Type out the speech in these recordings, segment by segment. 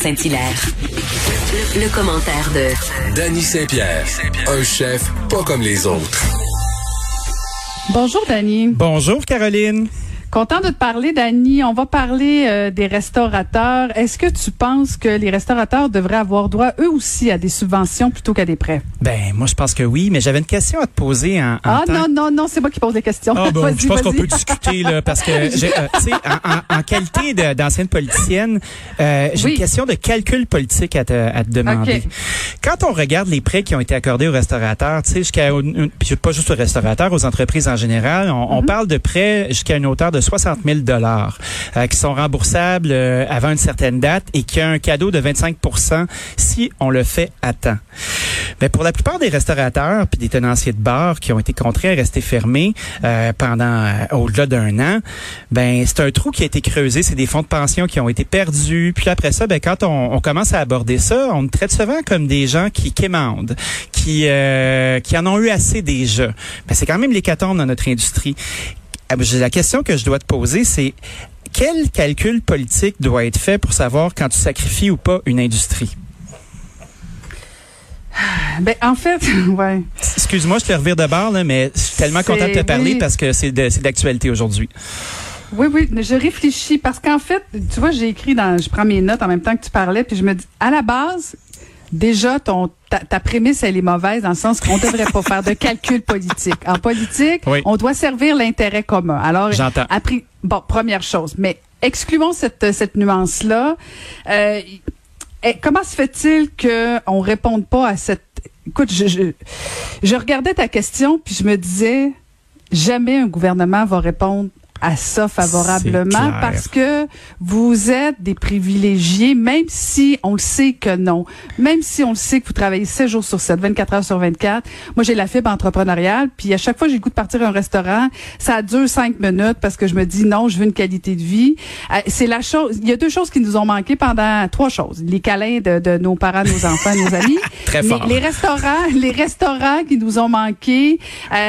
Saint-Hilaire. Le commentaire de Dany Saint-Pierre, un chef pas comme les autres. Bonjour, Dany. Bonjour, Caroline. Content de te parler, Dany. On va parler des restaurateurs. Est-ce que tu penses que les restaurateurs devraient avoir droit, eux aussi, à des subventions plutôt qu'à des prêts? Ben, moi, je pense que oui, mais j'avais une question à te poser Non, c'est moi qui pose les questions. Ah, bon, je pense qu'on peut discuter, là, parce que, tu sais, en qualité d'ancienne politicienne, j'ai une question de calcul politique à te demander. Okay. Quand on regarde les prêts qui ont été accordés aux restaurateurs, tu sais, puis pas juste aux restaurateurs, aux entreprises en général, on parle de prêts jusqu'à une hauteur de 60 000 qui sont remboursables avant une certaine date et qui a un cadeau de 25 % si on le fait à temps. Mais pour la plupart des restaurateurs puis des tenanciers de bar qui ont été contraints à rester fermés pendant au-delà d'un an, ben c'est un trou qui a été creusé, c'est des fonds de pension qui ont été perdus. Puis après ça, ben quand on commence à aborder ça, on traite souvent comme des gens qui quémandent, qui en ont eu assez déjà. Ben c'est quand même l'hécatombe dans notre industrie. La question que je dois te poser, c'est quel calcul politique doit être fait pour savoir quand tu sacrifies ou pas une industrie? Ben, en fait, ouais. Excuse-moi, je te revire de bord, là, mais je suis tellement content de te parler parce que c'est d'actualité aujourd'hui. Oui, je réfléchis parce qu'en fait, tu vois, je prends mes notes en même temps que tu parlais, puis je me dis, à la base, déjà, ta prémisse, elle est mauvaise dans le sens qu'on ne devrait pas faire de calcul politique. En politique, oui, on doit servir l'intérêt commun. Alors, j'entends. Bon, première chose, mais excluons cette nuance-là. Comment se fait-il qu'on réponde pas à cette... Écoute, je regardais ta question, puis je me disais, jamais un gouvernement va répondre à ça favorablement parce que vous êtes des privilégiés, même si on le sait que non. Même si on le sait que vous travaillez 7 jours sur 7, 24 heures sur 24. Moi, j'ai la fibre entrepreneuriale, puis à chaque fois que j'ai le goût de partir à un restaurant, ça dure 5 minutes parce que je me dis non, je veux une qualité de vie. C'est la chose. Il y a 2 choses qui nous ont manqué pendant 3 choses. Les câlins de nos parents, nos enfants, nos amis. Très fort. Les restaurants qui nous ont manqué,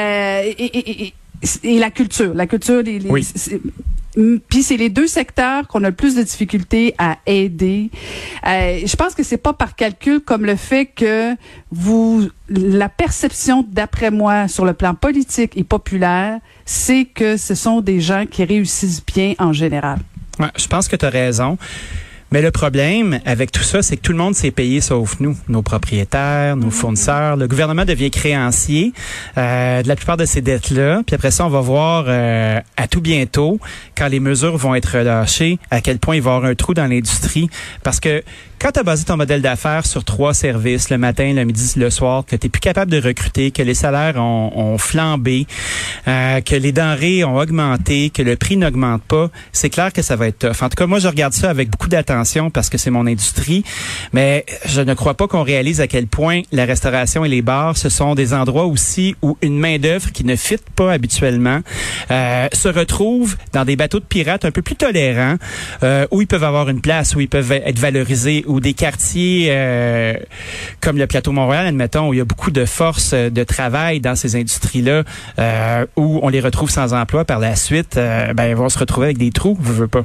et la culture, oui. Puis c'est les 2 secteurs qu'on a le plus de difficultés à aider. Je pense que c'est pas par calcul comme le fait que la perception, d'après moi, sur le plan politique et populaire, c'est que ce sont des gens qui réussissent bien en général. Ouais, je pense que tu as raison. Mais le problème avec tout ça, c'est que tout le monde s'est payé sauf nous, nos propriétaires, nos fournisseurs. Le gouvernement devient créancier de la plupart de ces dettes-là. Puis après ça, on va voir à tout bientôt, quand les mesures vont être relâchées, à quel point il va y avoir un trou dans l'industrie. Parce que quand tu as basé ton modèle d'affaires sur 3 services, le matin, le midi, le soir, que tu n'es plus capable de recruter, que les salaires ont flambé, que les denrées ont augmenté, que le prix n'augmente pas, c'est clair que ça va être tough. En tout cas, moi, je regarde ça avec beaucoup d'attention parce que c'est mon industrie, mais je ne crois pas qu'on réalise à quel point la restauration et les bars, ce sont des endroits aussi où une main-d'œuvre qui ne fit pas habituellement se retrouve dans des bateaux de pirates un peu plus tolérants, où ils peuvent avoir une place, où ils peuvent être valorisés, ou des quartiers comme le Plateau Montréal, admettons, où il y a beaucoup de force de travail dans ces industries-là, où on les retrouve sans emploi par la suite, ils vont se retrouver avec des trous, je veux pas.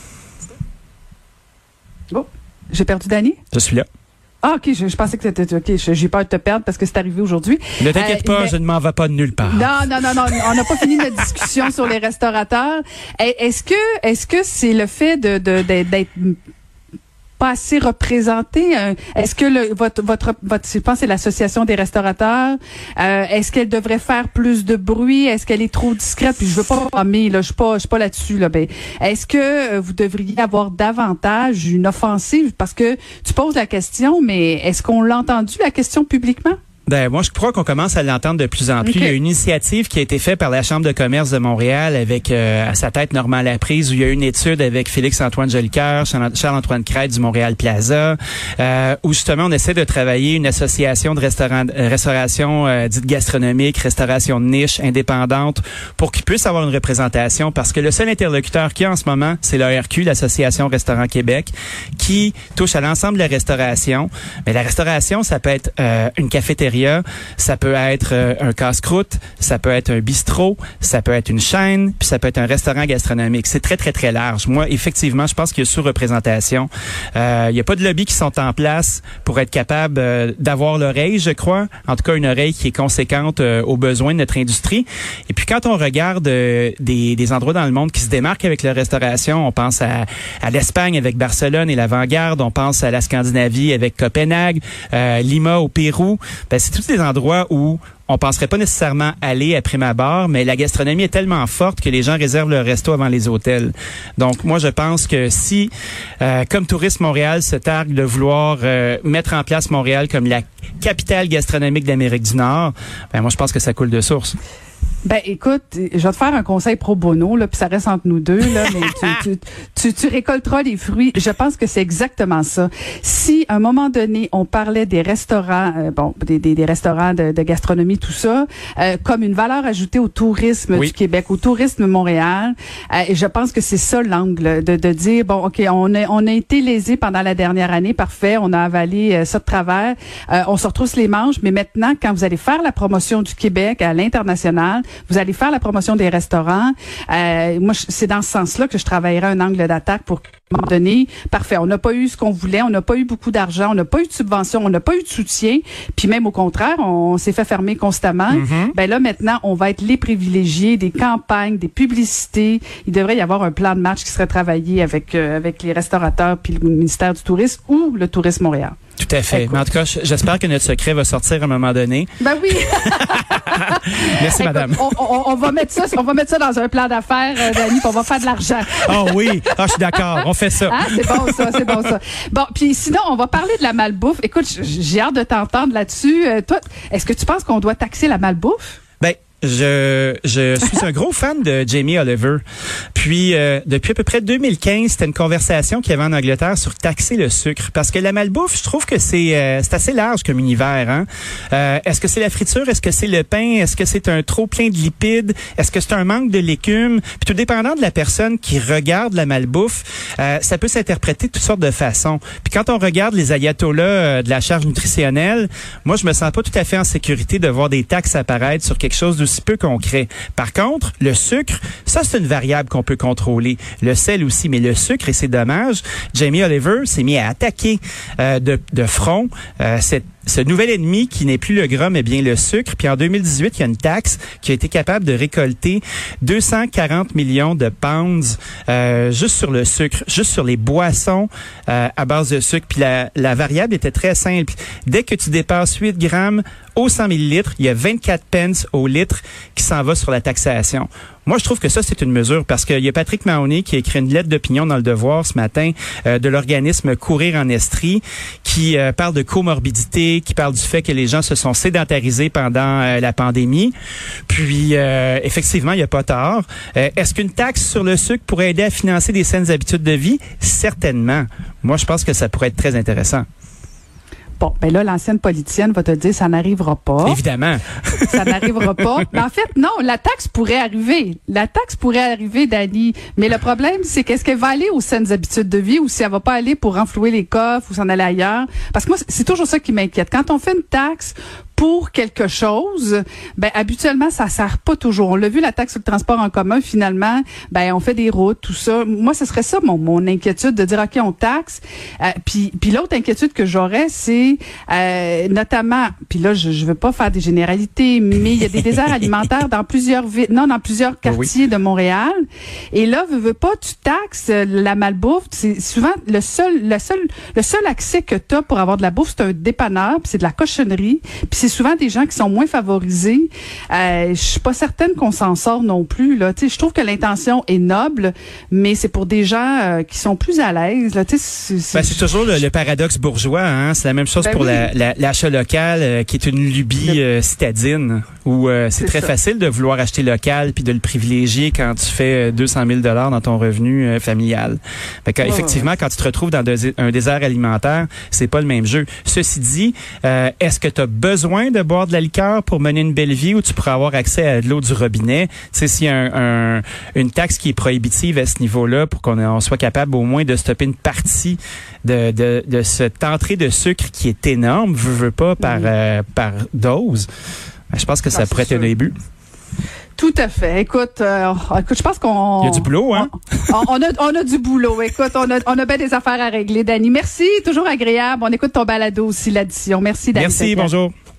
Oh, j'ai perdu Dany? Je suis là. Ah, OK, je pensais que c'était... OK, j'ai peur de te perdre parce que c'est arrivé aujourd'hui. Ne t'inquiète pas, je ne m'en vais pas de nulle part. Non, on n'a pas fini notre discussion sur les restaurateurs. Est-ce que c'est le fait d'être pas assez représenté? Est-ce que votre je pense que c'est l'association des restaurateurs, est-ce qu'elle devrait faire plus de bruit? Est-ce qu'elle est trop discrète? Puis je veux pas blâmer, là, je suis pas là-dessus, là. Ben, est-ce que vous devriez avoir davantage une offensive? Parce que tu poses la question, mais est-ce qu'on l'a entendu, la question, publiquement? Ben, moi, je crois qu'on commence à l'entendre de plus en plus. Okay. Il y a une initiative qui a été faite par la Chambre de commerce de Montréal avec à sa tête Normand Laprise, où il y a une étude avec Félix-Antoine Jolicoeur, Charles-Antoine Crête du Montréal Plaza, où justement on essaie de travailler une association de restauration dite gastronomique, restauration de niche, indépendante, pour qu'ils puissent avoir une représentation, parce que le seul interlocuteur qu'il y a en ce moment, c'est l'ARQ, l'Association Restaurant Québec, qui touche à l'ensemble de la restauration. Mais la restauration, ça peut être une cafétéria, cafétéria, ça peut être un casse-croûte, ça peut être un bistrot, ça peut être une chaîne, puis ça peut être un restaurant gastronomique. C'est très, très, très large. Moi, effectivement, je pense qu'il y a sous-représentation. Il n'y a pas de lobbies qui sont en place pour être capable d'avoir l'oreille, je crois. En tout cas, une oreille qui est conséquente aux besoins de notre industrie. Et puis, quand on regarde des endroits dans le monde qui se démarquent avec la restauration, on pense à l'Espagne avec Barcelone et l'Avant-Garde, on pense à la Scandinavie avec Copenhague, Lima au Pérou. Ben, c'est tous des endroits où on penserait pas nécessairement aller à prime abord, mais la gastronomie est tellement forte que les gens réservent leur resto avant les hôtels. Donc, moi, je pense que si, comme Tourisme Montréal se targue de vouloir mettre en place Montréal comme la capitale gastronomique d'Amérique du Nord, ben moi, je pense que ça coule de source. Ben écoute, je vais te faire un conseil pro bono là, puis ça reste entre nous deux là, mais tu récolteras les fruits. Je pense que c'est exactement ça. Si à un moment donné on parlait des restaurants, des restaurants de gastronomie, tout ça, comme une valeur ajoutée au tourisme du Québec, au tourisme Montréal, et je pense que c'est ça l'angle de dire bon, ok, on a été lésés pendant la dernière année, parfait, on a avalé ça de travers, on se retrousse les manches, mais maintenant quand vous allez faire la promotion du Québec à l'international, vous allez faire la promotion des restaurants. Moi, c'est dans ce sens-là que je travaillerai un angle d'attaque pour à un moment donné, parfait, on n'a pas eu ce qu'on voulait, on n'a pas eu beaucoup d'argent, on n'a pas eu de subvention, on n'a pas eu de soutien, puis même au contraire, on s'est fait fermer constamment. Ben là, maintenant, on va être les privilégiés des campagnes, des publicités. Il devrait y avoir un plan de match qui serait travaillé avec les restaurateurs puis le ministère du Tourisme ou le Tourisme Montréal. Tout à fait. Mais en tout cas, j'espère que notre secret va sortir à un moment donné. Ben oui. Merci, madame. On va mettre ça dans un plan d'affaires, Dani, puis on va faire de l'argent. Oh oui. Ah, je suis d'accord. On fait ça. Ah, c'est bon ça. Bon, puis sinon, on va parler de la malbouffe. Écoute, j'ai hâte de t'entendre là-dessus. Toi, est-ce que tu penses qu'on doit taxer la malbouffe? Ben, je suis un gros fan de Jamie Oliver. Puis, depuis à peu près 2015, c'était une conversation qu'il y avait en Angleterre sur taxer le sucre. Parce que la malbouffe, je trouve que c'est assez large comme univers. Hein? Est-ce que c'est la friture? Est-ce que c'est le pain? Est-ce que c'est un trop plein de lipides? Est-ce que c'est un manque de légumes? Puis, tout dépendant de la personne qui regarde la malbouffe, ça peut s'interpréter de toutes sortes de façons. Puis, quand on regarde les ayatollahs de la charge nutritionnelle, moi, je me sens pas tout à fait en sécurité de voir des taxes apparaître sur quelque chose d'aussi peu concret. Par contre, le sucre, ça, c'est une variable qu'on peut contrôler. Le sel aussi, mais le sucre, et c'est dommage, Jamie Oliver s'est mis à attaquer de front ce nouvel ennemi qui n'est plus le gras, mais bien le sucre. Puis en 2018, il y a une taxe qui a été capable de récolter 240 millions de pounds juste sur le sucre, juste sur les boissons à base de sucre. Puis la variable était très simple. Dès que tu dépasses 8 grammes au 100 millilitres, il y a 24 pence au litre qui s'en va sur la taxation. Moi, je trouve que ça, c'est une mesure parce qu'il y a Patrick Mahoney qui a écrit une lettre d'opinion dans Le Devoir ce matin de l'organisme Courir en Estrie qui parle de comorbidité, qui parle du fait que les gens se sont sédentarisés pendant la pandémie. Puis, effectivement, il n'y a pas tort. Est-ce qu'une taxe sur le sucre pourrait aider à financer des saines habitudes de vie? Certainement. Moi, je pense que ça pourrait être très intéressant. Bon, ben là, l'ancienne politicienne va te dire, ça n'arrivera pas. Évidemment. Ça n'arrivera pas. Mais en fait, non, la taxe pourrait arriver. La taxe pourrait arriver, Dani. Mais le problème, c'est qu'est-ce qu'elle va aller aux saines habitudes de vie ou si elle va pas aller pour renflouer les coffres ou s'en aller ailleurs. Parce que moi, c'est toujours ça qui m'inquiète. Quand on fait une taxe pour quelque chose, ben habituellement ça sert pas toujours. On l'a vu, la taxe sur le transport en commun, finalement, ben on fait des routes, tout ça. Moi, ce serait ça mon inquiétude de dire ok, on taxe. Puis l'autre inquiétude que j'aurais, c'est notamment, puis là je veux pas faire des généralités, mais il y a des déserts alimentaires dans plusieurs villes, dans plusieurs quartiers de Montréal. Et là, veux pas, tu taxes la malbouffe. C'est souvent le seul accès que tu as pour avoir de la bouffe, c'est un dépanneur, puis c'est de la cochonnerie. Puis c'est souvent des gens qui sont moins favorisés. Je suis pas certaine qu'on s'en sort non plus là. Tu sais, je trouve que l'intention est noble, mais c'est pour des gens qui sont plus à l'aise là. Tu sais, c'est toujours le paradoxe bourgeois. Hein? C'est la même chose pour l'achat local, qui est une lubie citadine, où c'est très facile de vouloir acheter local puis de le privilégier quand tu fais 200 000 $ dans ton revenu familial. Fait que, effectivement, quand tu te retrouves dans un désert alimentaire, c'est pas le même jeu. Ceci dit, est-ce que tu as besoin besoin de boire de la liqueur pour mener une belle vie ou tu pourrais avoir accès à de l'eau du robinet. Tu sais, s'il y a une taxe qui est prohibitive à ce niveau-là pour qu'on soit capable au moins de stopper une partie de cette entrée de sucre qui est énorme, veut pas par dose, ben, je pense que ça pourrait être un début. Tout à fait. Écoute, je pense qu'on... Il y a du boulot, hein? On a du boulot. Écoute, on a bien des affaires à régler, Dany. Merci, toujours agréable. On écoute ton balado aussi, l'addition. Merci, Dany. Merci, bonjour.